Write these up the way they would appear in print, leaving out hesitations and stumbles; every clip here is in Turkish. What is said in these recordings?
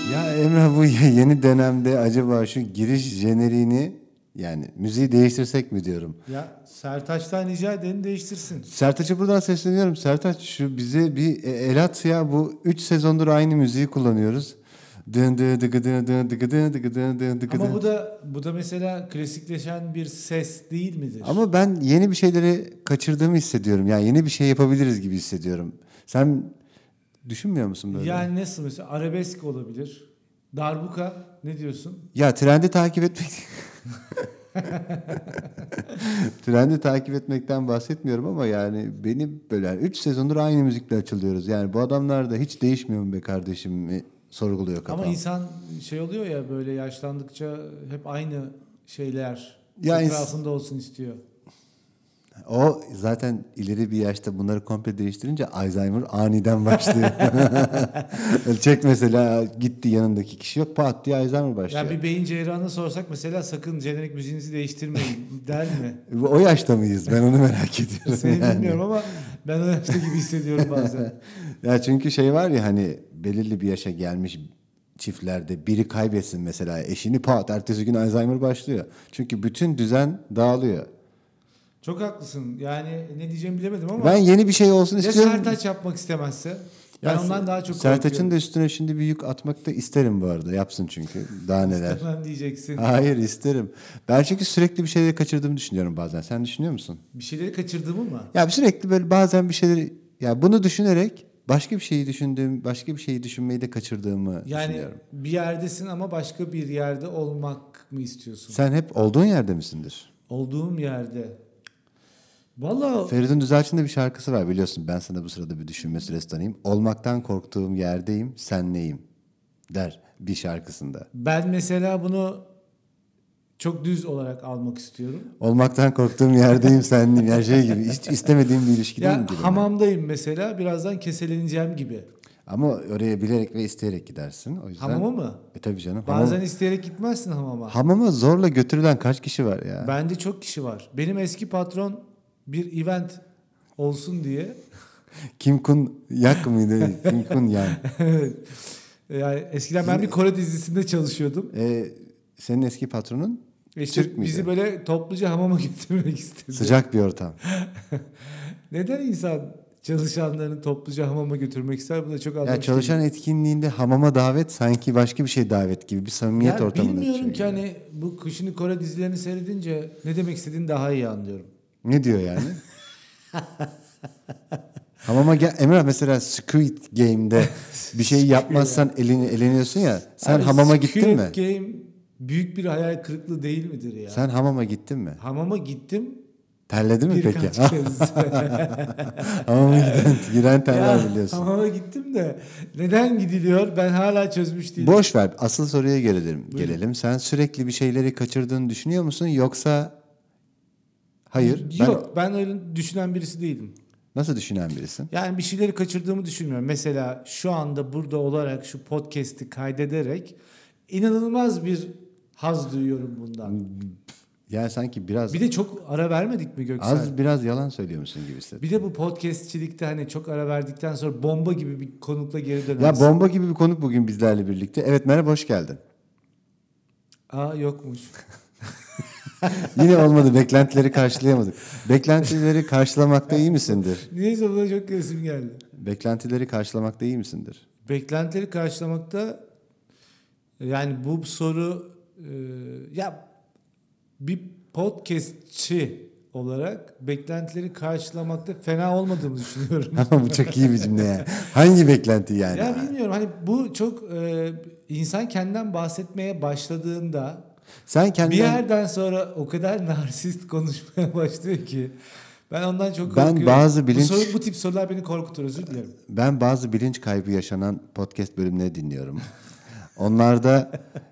Ya Emre, bu yeni dönemde acaba şu giriş jeneriğini, yani müziği değiştirsek mi diyorum. Ya Sertaç'tan rica edelim değiştirsin. Sertaç'a buradan sesleniyorum. Sertaç, şu bize bir el at ya, bu 3 sezondur aynı müziği kullanıyoruz. Dın dı dıgı dı dı dıgı dı dıgı dı dı dıgı Ama dı. bu da mesela klasikleşen bir ses değil midir? Ama ben yeni bir şeyleri kaçırdığımı hissediyorum. Yani yeni bir şey yapabiliriz gibi hissediyorum. Sen düşünmüyor musun böyle? Yani nasıl mesela arabesk olabilir. Darbuka ne diyorsun? Ya trendi takip etmek trendi takip etmekten bahsetmiyorum ama yani beni böyle 3 sezondur aynı müzikle açılıyoruz. Yani bu adamlar da hiç değişmiyor mu be kardeşim mi sorguluyor Ama kafam. insan şey oluyor ya böyle yaşlandıkça hep aynı şeyler Ya etrafında olsun istiyor. o zaten ileri bir yaşta bunları komple değiştirince Alzheimer aniden başlıyor. Çek mesela, gitti yanındaki kişi yok, pat diye Alzheimer başlıyor. Yani bir beyin cerrahına sorsak mesela sakın jenerik müziğinizi değiştirmeyin der mi? O yaşta mıyız? Ben onu merak ediyorum. Seni yani. bilmiyorum ama ben o yaşta gibi hissediyorum bazen. Ya çünkü şey var ya, hani belirli bir yaşa gelmiş çiftlerde biri kaybetsin mesela eşini, pat ertesi gün Alzheimer başlıyor. Çünkü bütün düzen dağılıyor. Çok haklısın. Yani ne diyeceğimi bilemedim ama Ben yeni bir şey olsun ya istiyorum. Sertaç yapmak istemezse ben Ya ondan daha çok Sertaç'ın korkuyorum. da üstüne şimdi bir yük atmak da isterim bu arada. Yapsın çünkü. Daha neler. İstemem diyeceksin. Hayır, isterim. Ben çünkü sürekli bir şeyleri kaçırdığımı düşünüyorum bazen. Sen düşünüyor musun? Bir şeyleri kaçırdığımı mı? Ya sürekli böyle bazen bir şeyleri, ya bunu düşünerek başka bir şeyi düşündüğüm, başka bir şeyi düşünmeyi de kaçırdığımı Yani düşünüyorum. bir yerdesin ama başka bir yerde olmak mı istiyorsun? Sen hep olduğun yerde misindir? Olduğum yerde. Vallahi Feridun Düzelç'in de bir şarkısı var, biliyorsun. Ben sana bu sırada bir düşünme süresi tanıyayım. Olmaktan korktuğum yerdeyim, sen neyim der bir şarkısında. ben mesela bunu çok düz olarak almak istiyorum. Olmaktan korktuğum yerdeyim, sen neyim. Yani şey gibi, hiç istemediğim bir ilişkideyim Ya gibi. hamamdayım mesela birazdan keseleneceğim gibi. Ama oraya bilerek ve isteyerek gidersin. O yüzden. Hamama mı? Tabii canım. Bazen isteyerek gitmezsin hamama. Hamama zorla götürülen kaç kişi var ya? Bende çok kişi var. Benim eski patron bir event olsun diye. Kim Kun Yak mıydı? Kim Kun Yan. Yani eskiden ben bir Kore dizisinde çalışıyordum. Senin eski patronun İşte Türk müydü? bizi böyle topluca hamama götürmek istedi. Sıcak bir ortam. Neden insan çalışanlarını topluca hamama götürmek ister? Bu da çok Ya anlamış çalışan değilim. etkinliğinde hamama davet sanki başka bir şey davet gibi bir samimiyet Ya ortamına bilmiyorum ki çıkıyor. hani bu kışını Kore dizilerini seyredince ne demek istediğini daha iyi anlıyorum. Ne diyor yani? Hamama gel Emrah, mesela Squid Game'de bir şey yapmazsan eleniyorsun ya. Sen Abi, hamama gittin mi? Squid Game büyük bir hayal kırıklığı değil midir ya? Sen hamama gittin mi? Hamama gittim Terledin mi peki? birkaç kez. Hamama giren terler Ya, biliyorsun. hamama gittim de neden gidiliyor ben hala çözmüş değilim. Boş ver. Asıl soruya gelelim. Buyurun. Sen sürekli bir şeyleri kaçırdığını düşünüyor musun, yoksa hayır? Yok ben öyle düşünen birisi değilim. Nasıl düşünen birisin? Yani bir şeyleri kaçırdığımı düşünmüyorum. Mesela şu anda burada olarak şu podcast'i kaydederek inanılmaz bir haz duyuyorum bundan. Yani sanki biraz Bir de çok ara vermedik mi Göksel? biraz yalan söylüyormuşsun gibi hissettim. Bir de bu podcastçilikte hani çok ara verdikten sonra bomba gibi bir konukla geri dönersin. Ya bomba gibi bir konuk bugün bizlerle birlikte. Evet, merhaba, hoş geldin. Aa yokmuş. Yine olmadı, beklentileri karşılayamadık. Beklentileri karşılamakta iyi misindir? Neyse buna çok resim geldi. Beklentileri karşılamakta iyi misindir? Beklentileri karşılamakta yani bu soru ya bir podcastçi olarak beklentileri karşılamakta fena olmadığımı düşünüyorum. Ama bu çok iyi bir cümle yani. Hangi beklenti yani? Ya bilmiyorum hani bu çok insan kendinden bahsetmeye başladığında Sen kendinden... bir yerden sonra o kadar narsist konuşmaya başlıyor ki ben ondan çok Ben korkuyorum. bazı bilinç... Bu tip sorular beni korkutur, özür dilerim. Ben bazı bilinç kaybı yaşanan podcast bölümleri dinliyorum. Onlarda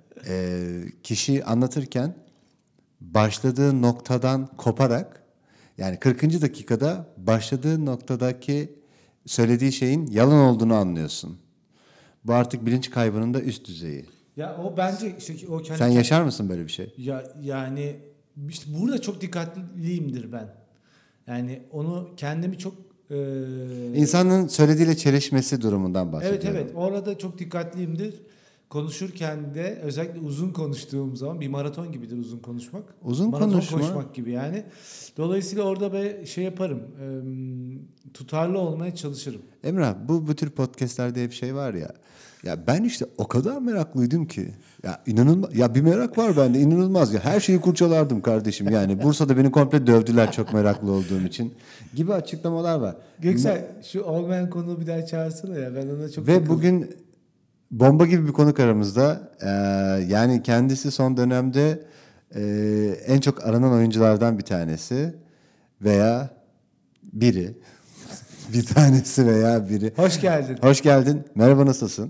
kişi anlatırken başladığı noktadan koparak, yani 40. dakikada başladığı noktadaki söylediği şeyin yalan olduğunu anlıyorsun. Bu artık bilinç kaybının da üst düzeyi. Ya o bence işte o kendi Sen yaşar mısın böyle bir şey? ya yani işte burada çok dikkatliyimdir ben. Yani onu kendimi çok İnsanın söylediğiyle çelişmesi durumundan evet bahsediyorum. evet orada çok dikkatliyimdir. konuşurken de özellikle uzun konuştuğum zaman bir maraton gibidir uzun konuşmak. Uzun Maraton konuşma. koşmak gibi yani. Dolayısıyla orada şey yaparım. Tutarlı olmaya çalışırım. Emrah, bu tür podcastlerde hep şey var ya. Ya ben işte o kadar meraklıydım ki. Ya inanılmaz. Ya bir merak var bende, inanılmaz ya. Her şeyi kurcalardım kardeşim. Yani Bursa'da beni komple dövdüler çok meraklı olduğum için gibi açıklamalar var. Göksel şu olmayan konuyu bir daha çağırsana ya. Ben ona çok Ve takıldım. bugün bomba gibi bir konuk aramızda. Yani kendisi son dönemde en çok aranan oyunculardan bir tanesi veya biri. Bir tanesi veya biri. Hoş geldin. Hoş geldin. Merhaba, nasılsın?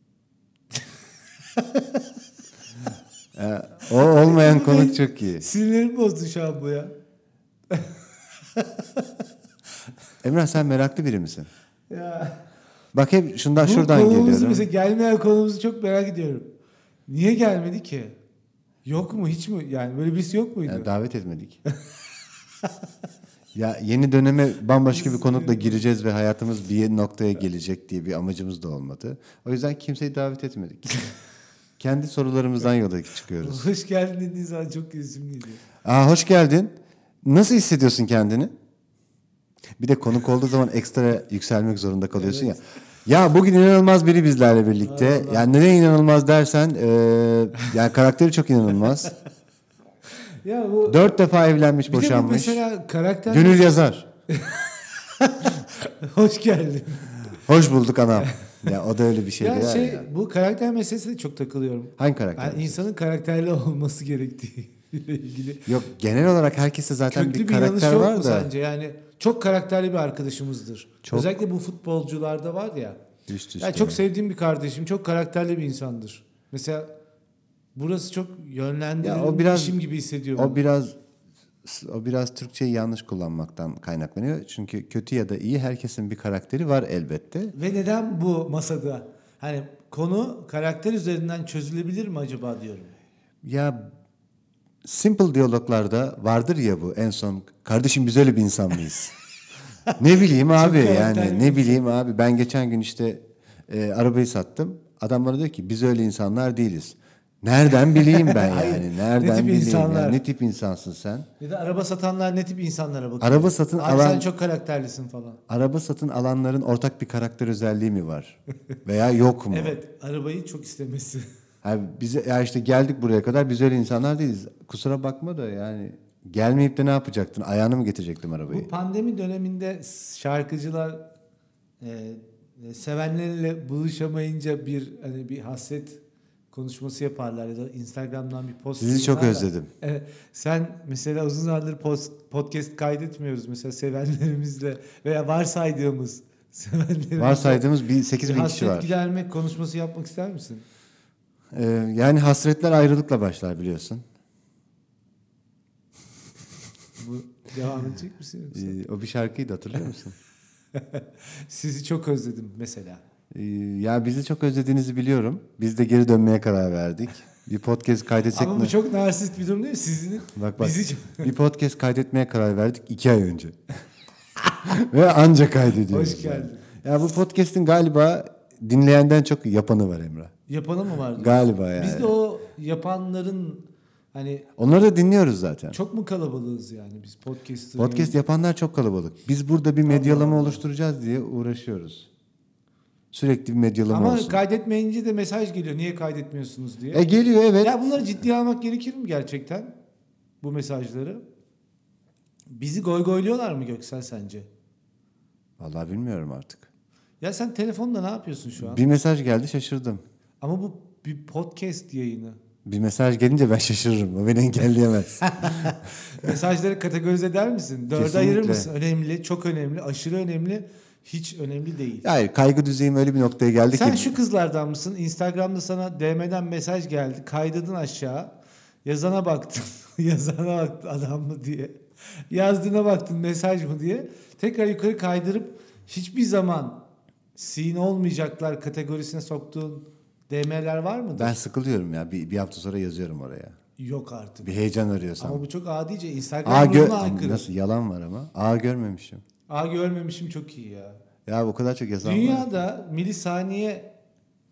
O olmayan konuk çok iyi. Sinirlerim bozdu şu an bu ya. Emrah, sen meraklı biri misin? Ya. Bak hep şuradan Konumuzu geliyorum. mesela gelmeyen konumuzu çok merak ediyorum. Niye gelmedi ki? Yok mu hiç mi? Yani böyle birisi yok muydu? Yani davet etmedik. Ya yeni döneme bambaşka bir konukla gireceğiz ve hayatımız bir noktaya gelecek diye bir amacımız da olmadı. O yüzden kimseyi davet etmedik. Kendi sorularımızdan yola çıkıyoruz. Hoş geldin dediğin zaman çok üzüm geliyor. Hoş geldin. Nasıl hissediyorsun kendini? Bir de konuk olduğu zaman ekstra yükselmek zorunda kalıyorsun ya. Ya bugün inanılmaz biri bizlerle birlikte. Allah. Yani neden inanılmaz dersen, yani karakteri çok inanılmaz. Ya bu 4 defa evlenmiş, bir de bu boşanmış. mesela karakter... Gönül yazar. Hoş geldin. Hoş bulduk anam. Ya o da öyle bir şey Ya değil ya. bu karakter meselesine çok takılıyorum. Hangi karakter? Yani insanın karakterli olması gerektiği ile ilgili. Yok, genel olarak herkeste zaten Köklü bir bir yanlış karakter yok var mu da. sence? Yani çok karakterli bir arkadaşımızdır. Çok. Özellikle bu futbolcularda var ya. Üst üste. Ya çok sevdiğim bir kardeşim, çok karakterli bir insandır. Mesela burası çok yönlendirilmişim gibi hissediyorum. O biraz Türkçeyi yanlış kullanmaktan kaynaklanıyor. Çünkü kötü ya da iyi, herkesin bir karakteri var elbette. Ve neden bu masada? Hani konu karakter üzerinden çözülebilir mi acaba diyorum. Ya simple diyaloglarda vardır ya bu en son. Kardeşim biz öyle bir insan mıyız? Ne bileyim abi, Çok yani karakterli ne bir bileyim abi. Ben geçen gün işte arabayı sattım. Adam bana diyor ki biz öyle insanlar değiliz. Nereden bileyim ben Hayır, yani? ne Nereden tip bileyim insanlar? yani? Ne tip insansın sen? Ya da araba satanlar ne tip insanlara bakıyor? Araba satın Abi sen alan çok karakterlisin falan. araba satın alanların ortak bir karakter özelliği mi var? Veya yok mu? Evet, arabayı çok istemesi. Yani bize ya işte geldik buraya kadar, biz öyle insanlar değiliz. Kusura bakma da yani gelmeyip de ne yapacaktın? Ayağını mı getirecektim arabayı? Bu pandemi döneminde şarkıcılar sevenleriyle buluşamayınca bir hasret konuşması yaparlar ya da Instagram'dan bir post Sizi çok yayınlarlar. özledim. Sen mesela uzun zamandır podcast kaydetmiyoruz mesela sevenlerimizle veya varsaydığımız sevenlerimizle. Varsaydığımız bir 8 bin kişi Hasret var. gidermek konuşması yapmak ister misin? Yani hasretler ayrılıkla başlar biliyorsun. Bu devam edecek misin yoksa? O bir şarkıydı, hatırlıyor musun? Sizi çok özledim mesela. Ya bizi çok özlediğinizi biliyorum. Biz de geri dönmeye karar verdik. Bir podcast kaydetsek Ama mi? bu çok narsist bir durum değil mi? Sizin Bak bizi çok... bir podcast kaydetmeye karar verdik 2 ay önce. Ve anca kaydediyoruz. Hoş geldin. Ya bu podcast'in galiba dinleyenden çok yapanı var Emrah. Yapanı mı vardı? Galiba yani. Biz de o yapanların hani Onları da dinliyoruz zaten. çok mu kalabalığız yani biz podcast'ı? Podcast yapanlar çok kalabalık. Biz burada bir medyalama oluşturacağız diye uğraşıyoruz. Sürekli bir medyalama Ama olsun. kaydetmeyince de mesaj geliyor. Niye kaydetmiyorsunuz diye. Geliyor evet. Ya bunları ciddiye almak gerekir mi gerçekten? Bu mesajları. Bizi goygoyluyorlar mı Göksel sence? Vallahi bilmiyorum artık. Ya sen telefonda ne yapıyorsun şu an? Bir mesaj geldi, şaşırdım. Ama bu bir podcast yayını. Bir mesaj gelince ben şaşırırım. O beni engelleyemez. Mesajları kategorize eder misin? Dörde Kesinlikle. ayırır mısın? Önemli, çok önemli, aşırı önemli, hiç önemli değil. Hayır, kaygı düzeyim öyle bir noktaya geldi Sen ki. şu kızlardan mısın? Instagram'da sana DM'den mesaj geldi. Kaydırdın aşağı. Yazana baktın. Yazana baktın adam mı diye. Yazdığına baktın mesaj mı diye. Tekrar yukarı kaydırıp hiçbir zaman seen olmayacaklar kategorisine soktuğun DM'ler var mıdır? Ben sıkılıyorum ya. Bir hafta sonra yazıyorum oraya. Yok artık. Bir heyecan arıyorsam. Ama bu çok adice. Instagram ruhuna aykırı. Nasıl yalan var ama. Görmemişim. Görmemişim çok iyi ya. Ya o kadar çok yazan var. Dünyada milisaniye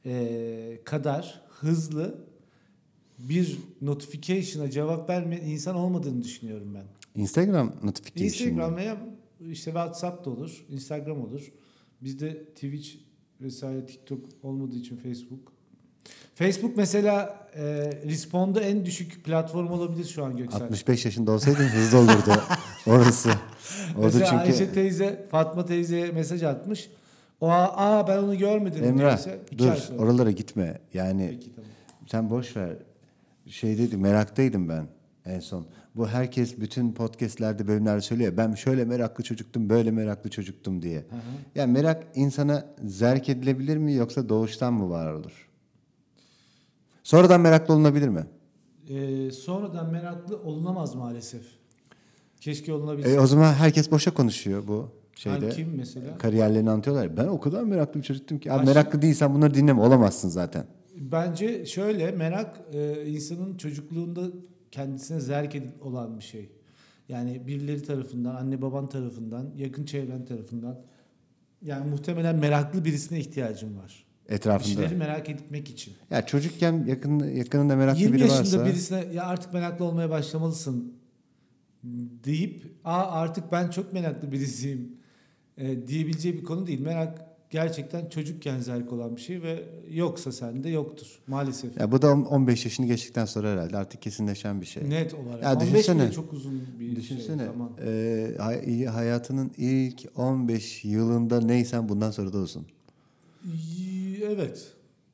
kadar hızlı bir notification'a cevap vermeyen insan olmadığını düşünüyorum ben. Instagram notification. Instagram veya işte WhatsApp da olur, Instagram olur. Bizde Twitch vesaire, TikTok olmadığı için Facebook. Facebook mesela Respawn'da en düşük platform olabilir şu an Göksel. 65 yaşında olsaydın hızlı olurdu orası. Orada Mesela çünkü Ayşe teyze, Fatma teyzeye mesaj atmış. O ben onu görmedim. Emrah diyorsa, 2 ay dur sonra. oralara gitme. Yani Peki, tamam. sen boş ver. Şeydeydim, meraktaydım ben en son. Bu herkes bütün podcastlerde, bölümlerde söylüyor. Ben şöyle meraklı çocuktum, böyle meraklı çocuktum diye. Hı hı. Yani merak insana zerk edilebilir mi yoksa doğuştan mı var olur? Sonradan meraklı olunabilir mi? Sonradan meraklı olunamaz maalesef. Keşke olunabilse. O zaman herkes boşa konuşuyor bu şeyde. Kim mesela? Kariyerlerini anlatıyorlar. Ben o kadar meraklı bir çocuktum ki. Abi Baş- meraklı değilsen bunları dinleme, olamazsın zaten. Bence şöyle, merak insanın çocukluğunda kendisine zerk olan bir şey. Yani birileri tarafından, anne baban tarafından, yakın çevren tarafından. Yani muhtemelen meraklı birisine ihtiyacın var. Bir Etrafında. şeyleri merak etmek için. Ya çocukken yakınında meraklı 20 biri yaşında varsa. birisine ya artık meraklı olmaya başlamalısın deyip artık ben çok meraklı birisiyim diyebileceği bir konu değil. Merak gerçekten çocukken zevk olan bir şey ve yoksa sende yoktur maalesef. Ya bu da 15 yaşını geçtikten sonra herhalde artık kesinleşen bir şey. Net olarak. Ya 15 düşünsene. bile çok uzun bir Düşünsene. şey zaman. Hayatının ilk 15 yılında neysen bundan sonra da olsun. Evet.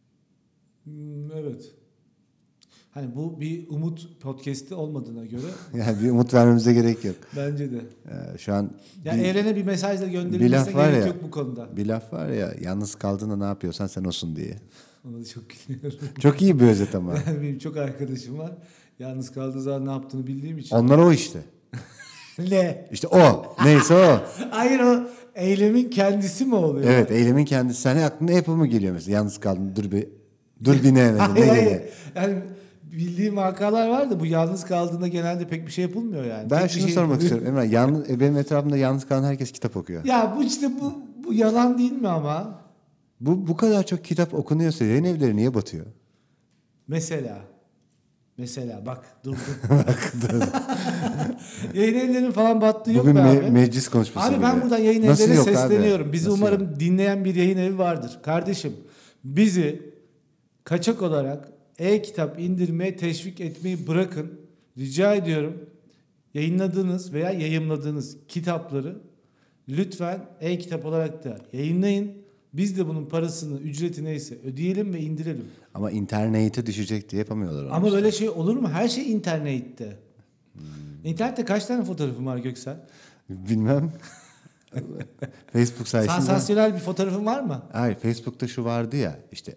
Evet. Hani bu bir umut podcast'i olmadığına göre Yani bir umut vermemize gerek yok. bence de. Şu an Ya bir, evrene bir mesajla bir gönderilmesine laf var gerek ya. yok bu konuda. Bir laf var ya, yalnız kaldığında ne yapıyorsan sen olsun diye. Ona da çok gülüyorum. Çok iyi bir özet ama. Benim çok arkadaşım var. Yalnız kaldığı zaman ne yaptığını bildiğim için. Onlar o işte. Ne? İşte o. Neyse o. Hayır, o eylemin kendisi mi oluyor? Evet, eylemin kendisi. Sen aklına hep o mu geliyor mesela? Yalnız kaldın, dur bir ne mesela? Hayır, Ne hayır. geliyor? Yani bildiğim vakalar var da bu yalnız kaldığında genelde pek bir şey yapılmıyor yani. Ben Tek bir şunu şey sormak yapılıyor. istiyorum. Emrah, benim etrafımda yalnız kalan herkes kitap okuyor. Ya bu işte bu yalan değil mi ama? Bu kadar çok kitap okunuyorsa yayın evleri niye batıyor? Mesela bak dur. Yayın evlerinin falan battığı yok Bugün be abi. meclis konuşması Abi ben gibi. buradan yayın Nasıl evlerine yok abi? sesleniyorum. Bizi Nasıl umarım yok? dinleyen bir yayın evi vardır. Kardeşim bizi kaçak olarak e-kitap indirmeye teşvik etmeyi bırakın. Rica ediyorum. Yayınladığınız veya yayımladığınız kitapları lütfen e-kitap olarak da yayınlayın. Biz de bunun parasını, ücreti neyse ödeyelim ve indirelim. Ama internete düşecek diye yapamıyorlar onu. Ama işte. böyle şey olur mu? Her şey internette. İnternette kaç tane fotoğrafın var Göksel? Bilmem. Facebook sayesinde. Sansasyonel bir fotoğrafın var mı? Hayır, Facebook'ta şu vardı ya işte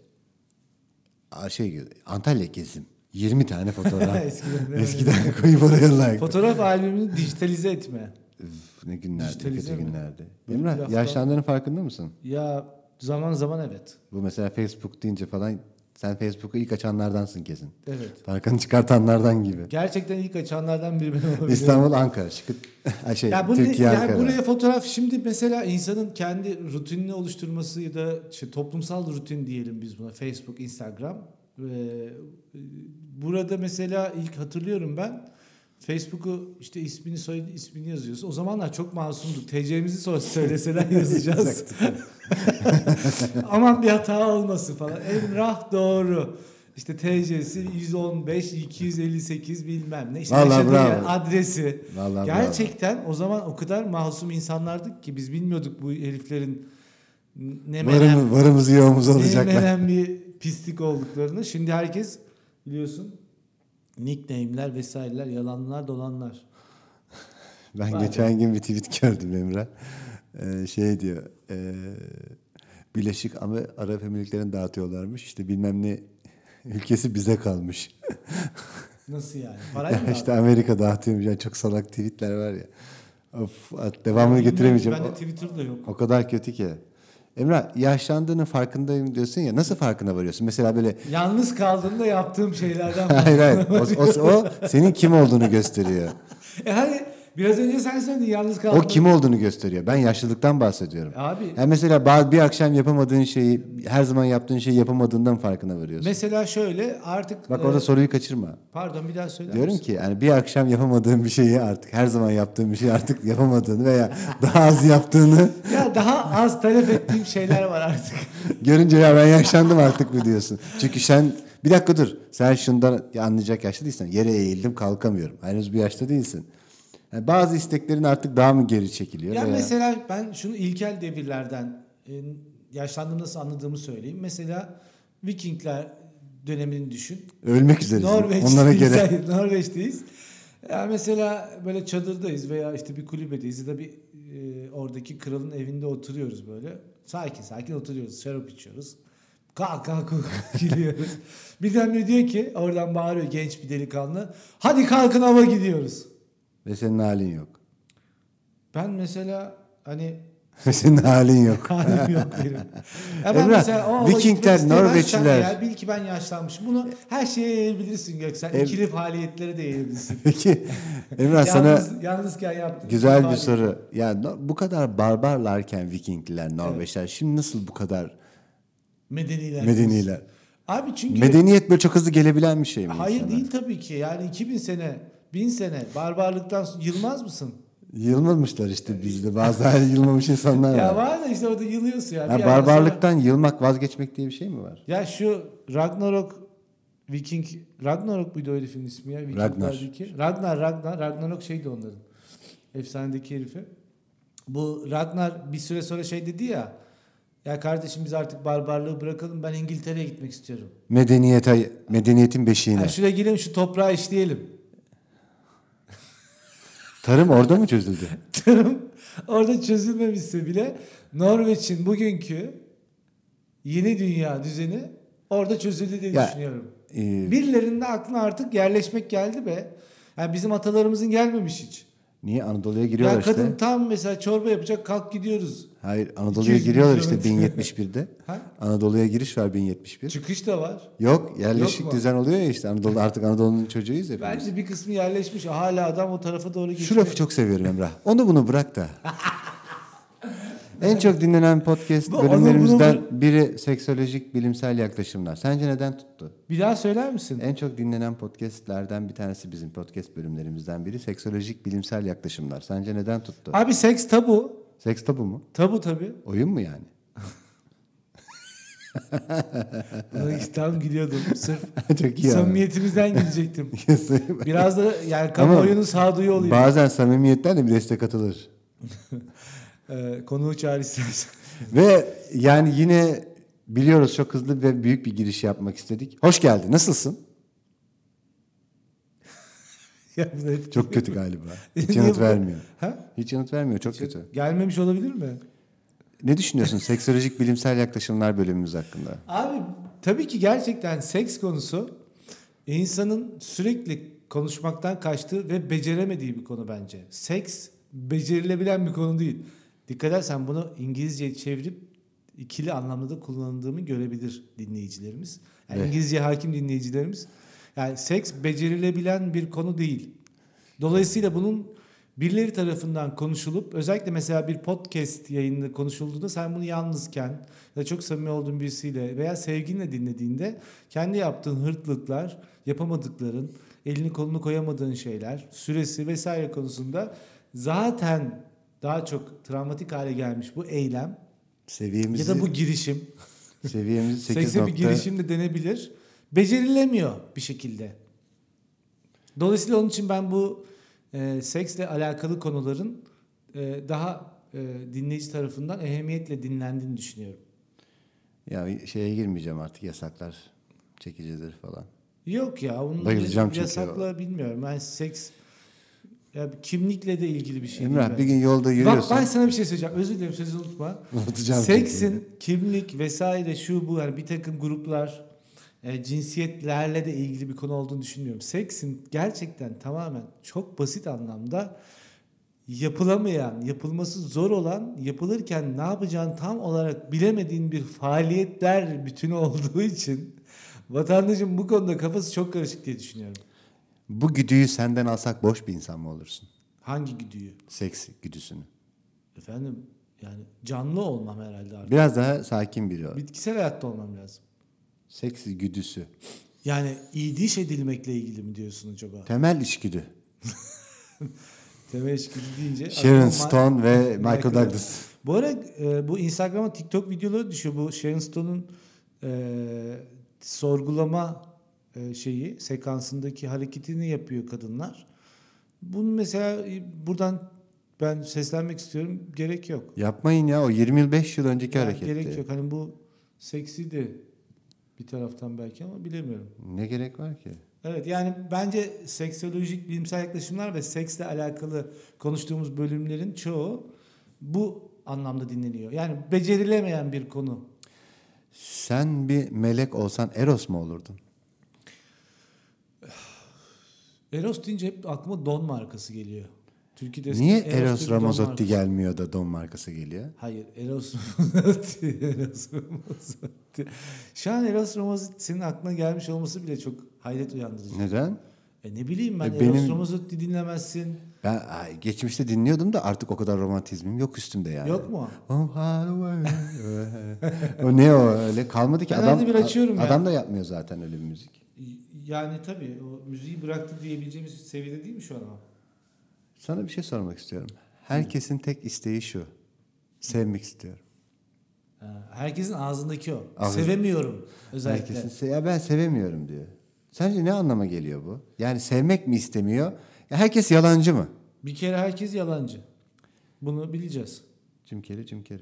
Antalya gezim. 20 tane fotoğraf. Eskiden koyup oraya like. Fotoğraf albümünü dijitalize etme. Üf, ne günlerdi, Dijitalize kötü mi? günlerdi. Böyle bir Emrah, laftan- yaşlandığının farkında mısın? Ya zaman zaman evet. Bu mesela Facebook deyince falan sen Facebook'u ilk açanlardansın kesin. Evet. Tarkan'ı çıkartanlardan gibi. Gerçekten ilk açanlardan biri ben olabilirim. İstanbul, Ankara, Ya bu Türkiye, yani Ankara. buraya fotoğraf şimdi mesela insanın kendi rutinini oluşturması ya da toplumsal rutin diyelim biz buna, Facebook, Instagram. Burada mesela ilk hatırlıyorum ben Facebook'u işte ismini soyadı ismini yazıyorsun. O zamanlar çok masumduk. TC'mizi söyleseler yazacağız. Aman bir hata olmasın falan. Emrah doğru. İşte TC'si 115 258 bilmem ne. İşte Vallahi yaşadığı bravo. yer, adresi. Vallahi Gerçekten o zaman o kadar masum insanlardık ki biz bilmiyorduk bu heriflerin ne Varımız yoğumuz olacaklar. menen bir pislik olduklarını. Şimdi herkes biliyorsun nickname'ler vesaireler, yalanlar, dolanlar. Ben Vay geçen gün bir tweet gördüm Emrah. Şey diyor. Birleşik Arap Emirlikleri'ni dağıtıyorlarmış. İşte bilmem ne ülkesi bize kalmış. Nasıl yani? Parayla mı? Ya işte Amerika dağıtıyormuş. Yani çok salak tweetler var ya. Of, devamını Bilmem ki, getiremeyeceğim. bende Twitter'da yok. O kadar kötü ki. Emrah, yaşlandığının farkındayım diyorsun ya. Nasıl farkına varıyorsun? Mesela böyle Yalnız kaldığımda yaptığım şeylerden hayır. O senin kim olduğunu gösteriyor. hani Biraz önce sen söyledin yalnız O kalmak. kim olduğunu gösteriyor. Ben yaşlılıktan bahsediyorum. Abi Yani mesela bir akşam yapamadığın şeyi, her zaman yaptığın şeyi yapamadığından farkına varıyorsun. mesela şöyle artık Bak orada soruyu kaçırma. pardon bir daha söyler Diyorum misin? ki yani bir akşam yapamadığın bir şeyi artık her zaman yaptığın bir şeyi artık yapamadığını veya daha az yaptığını Ya daha az talep ettiğim şeyler var artık. görünce ya ben yaşlandım artık mı diyorsun. Çünkü sen bir dakika dur. Sen şundan anlayacak yaşta değilsin. Yere eğildim kalkamıyorum. Henüz bir yaşta değilsin. Yani bazı isteklerin artık daha mı geri çekiliyor? Ya veya... mesela ben şunu ilkel devirlerden yaşlandığımı nasıl anladığımı söyleyeyim. Mesela Vikingler dönemini düşün. Ölmek üzeresin. Norveç'teyiz. Onlara göre. Norveç'teyiz. Ya mesela böyle çadırdayız veya işte bir kulübedeyiz ya da bir oradaki kralın evinde oturuyoruz böyle. Sakin sakin oturuyoruz. Şarap içiyoruz. Kalk kalk gidiyoruz. Birden biri diyor ki oradan bağırıyor genç bir delikanlı. Hadi kalkın hava gidiyoruz. Ve senin halin yok. Ben mesela hani Ve senin halin yok. halim yok benim. Ya ben Emrah, mesela o hava Vikingler, gitmek istemezsem Norveçliler. eğer bil ki ben yaşlanmışım. Bunu her şeye yayabilirsin Göksel. İkili faaliyetlere de yayabilirsin. Peki Emrah sana Yalnızken yaptığım güzel bir faaliyet. soru. Yani bu kadar barbarlarken Vikingler, Norveçler şimdi nasıl bu kadar Medeniler. medeniler? Abi çünkü Medeniyet böyle çok hızlı gelebilen bir şey mi? hayır insana? değil tabii ki. Yani 2000 sene, 1000 sene barbarlıktan yılmaz mısın? Yılmamışlar işte bizde. Bazı hali yılmamış insanlar Ya var. var da işte orada yılıyorsun ya. Ya Bir yerden sonra- barbarlıktan yılmak, vazgeçmek diye bir şey mi var? Ya şu Ragnarok muydu o herifin ismi ya? Vikingler'deki. Ragnarok şeydi onların. Efsanedeki herifi. Bu Ragnar bir süre sonra şey dedi ya. Ya kardeşim biz artık barbarlığı bırakalım ben İngiltere'ye gitmek istiyorum. Medeniyetin beşiğine. Ya şuraya girelim şu toprağı işleyelim. Tarım orada mı çözüldü? Tarım orada çözülmemişse bile Norveç'in bugünkü yeni dünya düzeni orada çözüldü diye Ya, düşünüyorum. e, Birilerinin de aklına artık yerleşmek geldi be. Yani bizim atalarımızın gelmemiş hiç. Niye Anadolu'ya giriyorlar Ya kadın işte? tam mesela çorba yapacak kalk gidiyoruz. Hayır Anadolu'ya 200 giriyorlar işte kilometre. 1071'de. Ha? Anadolu'ya giriş var 1071. Çıkış da var. Yok yerleşik Yok mu? düzen oluyor ya işte Anadolu artık Anadolu'nun çocuğuyuz hepimiz. Bence bir kısmı yerleşmiş. Hala adam o tarafa doğru geçiyor. Şu lafı çok seviyorum Emrah. Onu bunu bırak da. En çok dinlenen podcast Bu onu bölümlerimizden biri seksolojik bilimsel yaklaşımlar. Sence neden tuttu? Bir daha söyler misin? En çok dinlenen podcastlerden bir tanesi bizim podcast bölümlerimizden biri seksolojik bilimsel yaklaşımlar. Sence neden tuttu? Abi seks tabu. Seks tabu mu? Tabu tabii. Oyun mu yani? Buna tam gidiyordum. Sırf Çok iyi abi. samimiyetimizden gidecektim. Biraz da yani kamuoyunun sağduyu oluyor. Bazen samimiyetten de bir destek atılır. Konuğu çağır istersen. Ve yani yine biliyoruz çok hızlı ve büyük bir giriş yapmak istedik. Hoş geldin. Nasılsın? Ya bu da hep- Çok kötü galiba. Hiç Niye yanıt bu? vermiyor. Ha? Hiç yanıt vermiyor. Çok kötü. Gelmemiş olabilir mi? Ne düşünüyorsun seksolojik bilimsel yaklaşımlar bölümümüz hakkında? Abi tabii ki gerçekten seks konusu insanın sürekli konuşmaktan kaçtığı ve beceremediği bir konu bence. Seks becerilebilen bir konu değil. Dikkat edersen bunu İngilizce çevirip ikili anlamda da kullanıldığını görebilir dinleyicilerimiz. Yani Evet. İngilizce hakim dinleyicilerimiz. Yani seks becerilebilen bir konu değil. Dolayısıyla bunun birileri tarafından konuşulup özellikle mesela bir podcast yayında konuşulduğunda sen bunu yalnızken ya da çok samimi olduğun birisiyle veya sevgilinle dinlediğinde kendi yaptığın hırtlıklar, yapamadıkların, elini kolunu koyamadığın şeyler, süresi vesaire konusunda zaten daha çok travmatik hale gelmiş bu eylem Seviyemizi ya da bu girişim, seviyemizi 8 sekse bir girişim de denebilir, becerilemiyor bir şekilde. Dolayısıyla onun için ben bu seksle alakalı konuların daha dinleyici tarafından ehemmiyetle dinlendiğini düşünüyorum. Ya şeye girmeyeceğim artık yasaklar çekicidir falan. Yok ya onun Bayılacağım çünkü yasakla bilmiyorum. Ben seks ya kimlikle de ilgili bir şey Emrah değil bir gün bence. yolda Bak yürüyorsun. ben sana bir şey söyleyeceğim. Özür dilerim sözünü unutma. Unutacağım Seksin kimlik vesaire şu bu yani bir takım gruplar cinsiyetlerle de ilgili bir konu olduğunu düşünmüyorum. Seksin gerçekten tamamen çok basit anlamda yapılamayan, yapılması zor olan, yapılırken ne yapacağını tam olarak bilemediğin bir faaliyetler bütünü olduğu için vatandaşın bu konuda kafası çok karışık diye düşünüyorum. Bu güdüyü senden alsak boş bir insan mı olursun? Hangi güdüyü? Seks güdüsünü. Efendim yani canlı olmam herhalde artık. Biraz daha sakin biri o. Bitkisel hayatta olmam lazım. Seks güdüsü. Yani iyiliş edilmekle ilgili mi diyorsun acaba? Temel içgüdü. Temel içgüdü deyince. Sharon aklıma Stone ve Michael Douglas. Bu ara bu Instagram'a TikTok videoları düşüyor. Bu Sharon Stone'un sorgulama sekansındaki hareketini yapıyor kadınlar. Bunu mesela buradan ben seslenmek istiyorum. Gerek yok. Yapmayın ya, o 25 yıl önceki Yani hareketti. gerek yok. Hani bu seksi de bir taraftan belki ama bilemiyorum. Ne gerek var ki? Evet yani bence seksolojik bilimsel yaklaşımlar ve seksle alakalı konuştuğumuz bölümlerin çoğu bu anlamda dinleniyor. Yani becerilemeyen bir konu. Sen bir melek olsan Eros mu olurdun? Eros deyince hep aklıma don markası geliyor. Türkiye'de Niye eskiden Eros diye bir don Ramazzotti markası. gelmiyor da don markası geliyor? Hayır Eros Ramazzotti. Eros Ramazzotti. Şu an Eros Ramazzotti senin aklına gelmiş olması bile çok hayret uyandırıcı. Neden? Ne bileyim ben Eros Benim- Ramazzotti dinlemezsin. Ben geçmişte dinliyordum da artık o kadar romantizmim yok üstümde yani. Yok mu? Oh, highway. O ne o öyle kalmadı ki. Ben Adam, arada bir açıyorum ya. adam da yapmıyor zaten öyle bir müzik. Yani tabii o müziği bıraktı diyebileceğimiz seviyede değil mi şu an o? Sana bir şey sormak istiyorum. Herkesin tek isteği şu. Sevmek istiyorum. Herkesin ağzındaki o. Ağzı- Sevemiyorum özellikle. Ya ben sevemiyorum diyor. Sence ne anlama geliyor bu? Yani sevmek mi istemiyor? Ya herkes yalancı mı? Bir kere herkes yalancı. Bunu bileceğiz. Jim Carrey.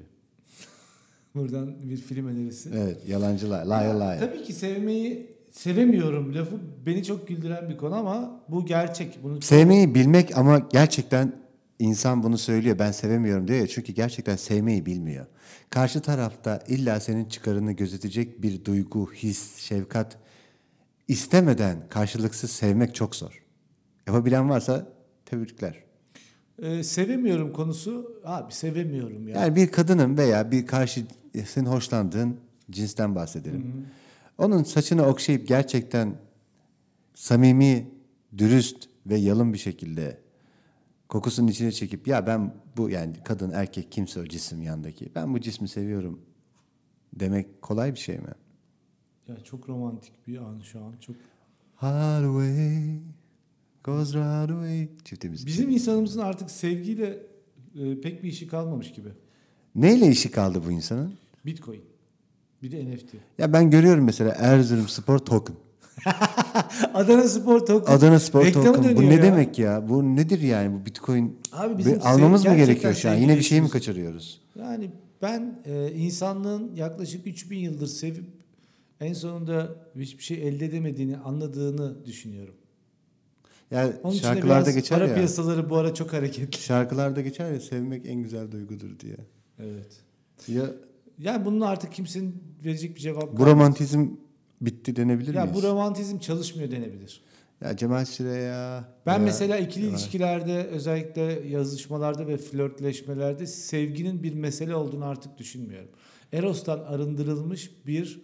Buradan bir film önerisi. Evet, yalancılar. Liar. Tabii ki sevemiyorum lafı beni çok güldüren bir konu ama bu gerçek. Bunu Sevmeyi bilmek ama gerçekten insan bunu söylüyor. Ben sevemiyorum diyor ya. Çünkü gerçekten sevmeyi bilmiyor. Karşı tarafta illa senin çıkarını gözetecek bir duygu, his, şefkat istemeden karşılıksız sevmek çok zor. Yapabilen varsa tebrikler. sevemiyorum konusu. Abi sevemiyorum ya. Yani bir kadının veya bir senin hoşlandığın cinsten bahsedelim. Onun saçını okşayıp gerçekten samimi, dürüst ve yalın bir şekilde kokusunun içine çekip ya ben bu yani kadın erkek kimse o cisim yandaki ben bu cismi seviyorum demek kolay bir şey mi? Ya çok romantik bir an şu an. Çok. Highway goes right away. Çiftimiz. Bizim insanımızın artık sevgiyle pek bir işi kalmamış gibi. Neyle işi kaldı bu insanın? Bitcoin. Bir de NFT. Ya ben görüyorum mesela Erzurum Spor Token. Adana Spor Token. Adana Spor Reklamı Token. Bu dönüyor ne ya. demek ya? Bu nedir yani bu Bitcoin? Abi bizim Almamız mı gerçekten gerekiyor şu an? Yine bir şey mi sevgili kaçırıyoruz? Yani ben insanlığın yaklaşık 3000 yıldır sevip en sonunda hiçbir şey elde edemediğini anladığını düşünüyorum. Yani Onun için de şarkılarda biraz geçer para ya. piyasaları bu ara çok hareketli. Şarkılarda geçer ya sevmek en güzel duygudur diye. Evet. Ya Yani bunun artık kimsenin verecek bir cevap bu kalmadı. romantizm bitti denebilir Ya miyiz? bu romantizm çalışmıyor denebilir. Ya Cemal Süreya. Ben ya- mesela ikili ya- ilişkilerde özellikle yazışmalarda ve flörtleşmelerde sevginin bir mesele olduğunu artık düşünmüyorum. Eros'tan arındırılmış bir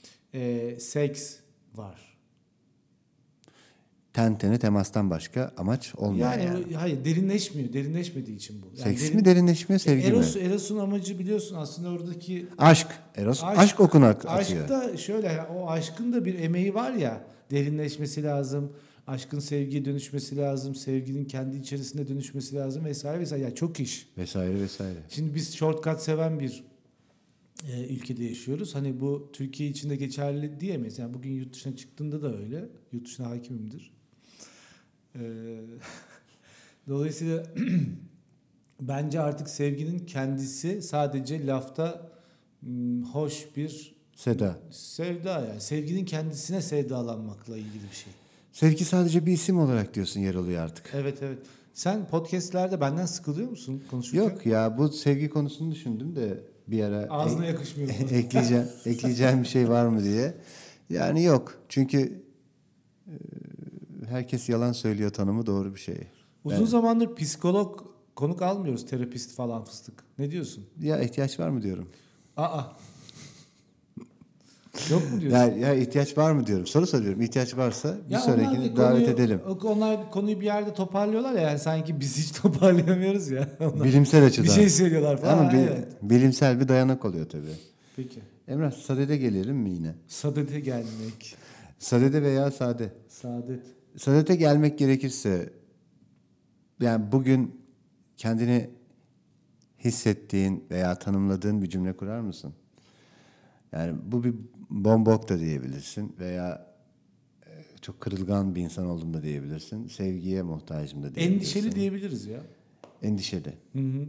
seks var. Ten tene temastan başka amaç olmuyor yani. Yani hayır derinleşmediği için bu. Yani Seks mi derinleşmiyor sevgi mi? Eros'un amacı biliyorsun aslında oradaki Aşk. Eros. Aşk okunu atıyor. aşkta şöyle o aşkın da bir emeği var ya derinleşmesi lazım. Aşkın sevgiye dönüşmesi lazım. Sevginin kendi içerisinde dönüşmesi lazım vesaire vesaire. Ya çok iş. Vesaire. Şimdi biz shortcut seven bir ülkede yaşıyoruz. Hani bu Türkiye için de geçerli diyemeyiz. Yani bugün yurt dışına çıktığında da öyle. Yurt dışına hakimimdir. Dolayısıyla bence artık sevginin kendisi sadece lafta hoş bir Seda. sevda yani. Sevginin kendisine sevdalanmakla ilgili bir şey. Sevgi sadece bir isim olarak diyorsun yer alıyor artık. Evet. Sen podcastlerde benden sıkılıyor musun konuşurken? Yok ya bu sevgi konusunu düşündüm de bir ara Ağzına yakışmıyor. ekleyeceğim bir şey var mı diye. Yani yok. Çünkü herkes yalan söylüyor tanımı doğru bir şey. Uzun zamandır psikolog konuk almıyoruz. Terapist falan fıstık. Ne diyorsun? Ya ihtiyaç var mı diyorum. Aa. Yok mu diyorsun? Ya ihtiyaç var mı diyorum. Soru soruyorum. İhtiyaç varsa bir Ya onlar sonrakini bir davet konuyu- edelim. Onlar konuyu bir yerde toparlıyorlar ya, yani sanki biz hiç toparlayamıyoruz ya. Onlar Bilimsel açıdan. bir şey söylüyorlar falan. Ama Evet. bilimsel bir dayanak oluyor tabii. Peki. Emrah, sadede gelelim mi yine? Sadete gelmek. Sadede veya sade. Saadet. Sadete gelmek gerekirse, yani bugün kendini hissettiğin veya tanımladığın bir cümle kurar mısın? Yani bu bir bombok da diyebilirsin veya çok kırılgan bir insan oldum da diyebilirsin. Sevgiye muhtacım da diyebilirsin. Endişeli diyebiliriz ya. Endişeli. Hı hı.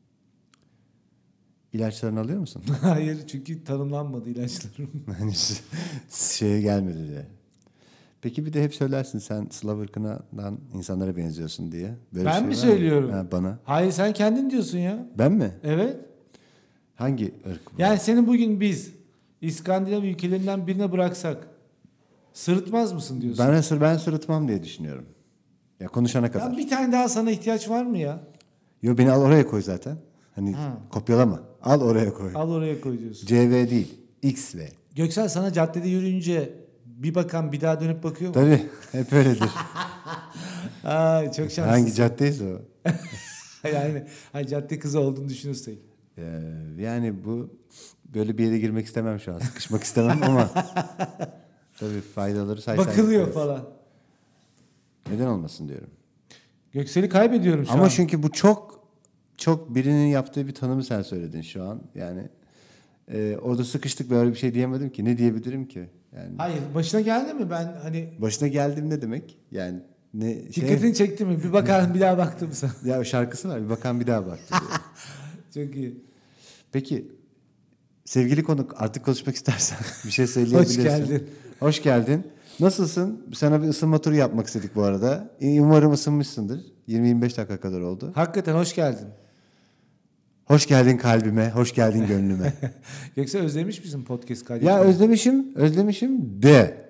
İlaçlarını alıyor musun? Hayır, çünkü tanımlanmadı ilaçlarım. Hani şeye gelmedi diye. Peki bir de hep söylersin sen Slav ırkından insanlara benziyorsun diye. Böyle Ben bir şey mi var mı? söylüyorum? Ha, bana. Hayır, sen kendin diyorsun ya. Ben mi? Evet. Hangi ırk bu? Yani seni bugün biz İskandinav ülkelerinden birine bıraksak sırıtmaz mısın diyorsun? Ben sırıtmam diye düşünüyorum. Ya konuşana kadar. Ya bir tane daha sana ihtiyaç var mı ya? Yo, beni al oraya koy zaten. Hani kopyalama. Al oraya koy. Al oraya koy diyorsun. CV değil. XV. Göksel, sana caddede yürüyünce bir bakan bir daha dönüp bakıyor mu? Tabii. Hep öyledir. Ay, çok şanslısın. Hangi caddeyse o. Yani hani cadde kızı olduğunu düşünürsek. Yani bu böyle bir yere girmek istemem şu an. Sıkışmak istemem ama tabii faydaları say Bakılıyor falan. Neden olmasın diyorum. Göksel'i kaybediyorum şu an. Ama çünkü bu çok birinin yaptığı bir tanımı sen söyledin şu an. Yani orada sıkıştık, böyle bir şey diyemedim ki. Ne diyebilirim ki? Yani Hayır, başına geldi mi? Ben hani başına geldim ne demek? Yani ne dikkatini çekti mi? Bir bakar bir daha baktım sana. ya şarkısı var. Bir bakan bir daha baktı diyor. Çok iyi. Peki sevgili konuk, artık konuşmak istersen bir şey söyleyebilirsin. Hoş geldin. Hoş geldin. Nasılsın? Sana bir ısınma turu yapmak istedik bu arada. Umarım ısınmışsındır. 20-25 dakika kadar oldu. Hakikaten hoş geldin. Hoş geldin kalbime, hoş geldin gönlüme. Göksel, özlemiş misin podcast kaydetmeyi? Ya özlemişim de.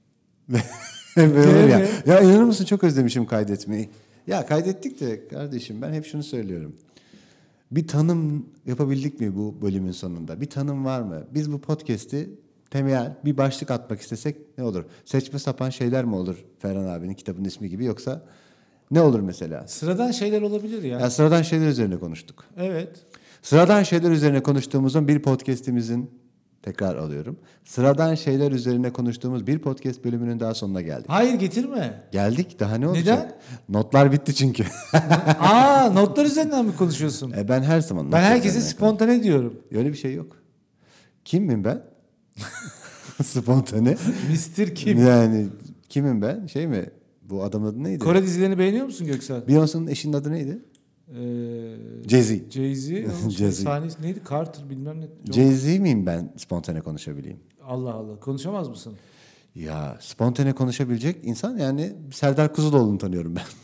Böyle olur ya. mi? Ya inanır mısın, çok özlemişim kaydetmeyi. Ya kaydettik de kardeşim, ben hep şunu söylüyorum. Bir tanım yapabildik mi bu bölümün sonunda? Bir tanım var mı? Biz bu podcast'i temel bir başlık atmak istesek ne olur? Seçme sapan şeyler mi olur Ferhan abinin kitabının ismi gibi, yoksa ne olur mesela? Sıradan şeyler olabilir ya. Ya sıradan şeyler üzerine konuştuk. Evet. Sıradan şeyler üzerine konuştuğumuzun bir podcast'imizin, tekrar alıyorum, sıradan şeyler üzerine konuştuğumuz bir podcast bölümünün daha sonuna geldik. Hayır, getirme. Geldik, daha ne olacak? Neden? Notlar bitti çünkü. Notlar üzerinden mi konuşuyorsun? Ben her zaman Ben notlar herkese üzerinden spontane diyorum. konuşuyorum. Öyle bir şey yok. Kimim ben? Spontane. Mr. Kim. Yani kimim ben? Şey mi? Bu adamın adı neydi? Kore dizilerini beğeniyor musun Göksel? Beyoncé'nin eşinin adı neydi? Jay-Z. Jay-Z. Jay-Z. Sahnesi neydi? Carter bilmem ne. Yok. Jay-Z miyim ben spontane konuşabileyim? Allah Allah. Konuşamaz mısın? Ya spontane konuşabilecek insan, yani Serdar Kuzuloğlu'nu tanıyorum ben.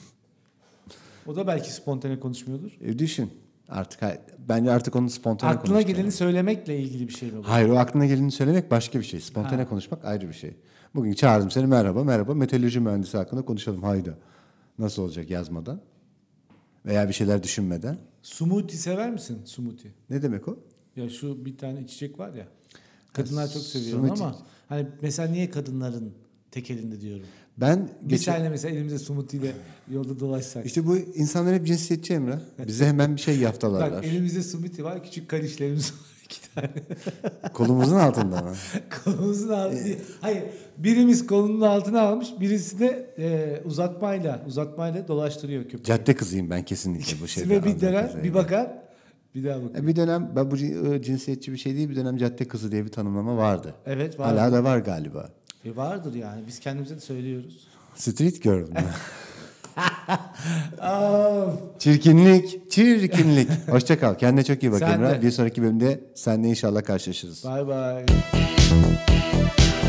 O da belki spontane konuşmuyordur. Düşün. Bence artık onun spontane Aklına konuştuğunu. geleni söylemekle ilgili bir şey mi bu? Hayır, o aklına geleni söylemek başka bir şey. Spontane konuşmak ayrı bir şey. Bugün çağırdım seni, merhaba meteoroloji mühendisi hakkında konuşalım, hayda. Nasıl olacak yazmadan? Veya bir şeyler düşünmeden. Smoothie sever misin? Smoothie. Ne demek o? Ya şu bir tane içecek var ya. Kadınlar çok seviyor smoothie. ama hani mesela niye kadınların tek elinde diyorum. Ben Bir tane mesela elimize smoothie ile yolda dolaşsak. İşte bu insanlar hep cinsiyetçi Emre. Bize hemen bir şey yaftalarlar. Bak, elimizde smoothie var, küçük karışlarımız var 2 tane. Kolumuzun altında mı? Kolumuzun altında değil. Hayır, birimiz kolunun altına almış, birisi de uzatmayla dolaştırıyor köpeği. Cadde kızıyım ben kesinlikle bu şeyde. Ve bir dönem bir bakar, bir daha bakar. Bir dönem, ben bu cinsiyetçi bir şey değil, bir dönem cadde kızı diye bir tanımlama vardı. Evet, vardır. Hala da var galiba. Vardır yani, biz kendimize de söylüyoruz. Street girl mü? Çirkinlik. Hoşça kal. Kendine çok iyi bak Sen Emrah. de. Bir sonraki bölümde seninle inşallah karşılaşırız. Bye bye.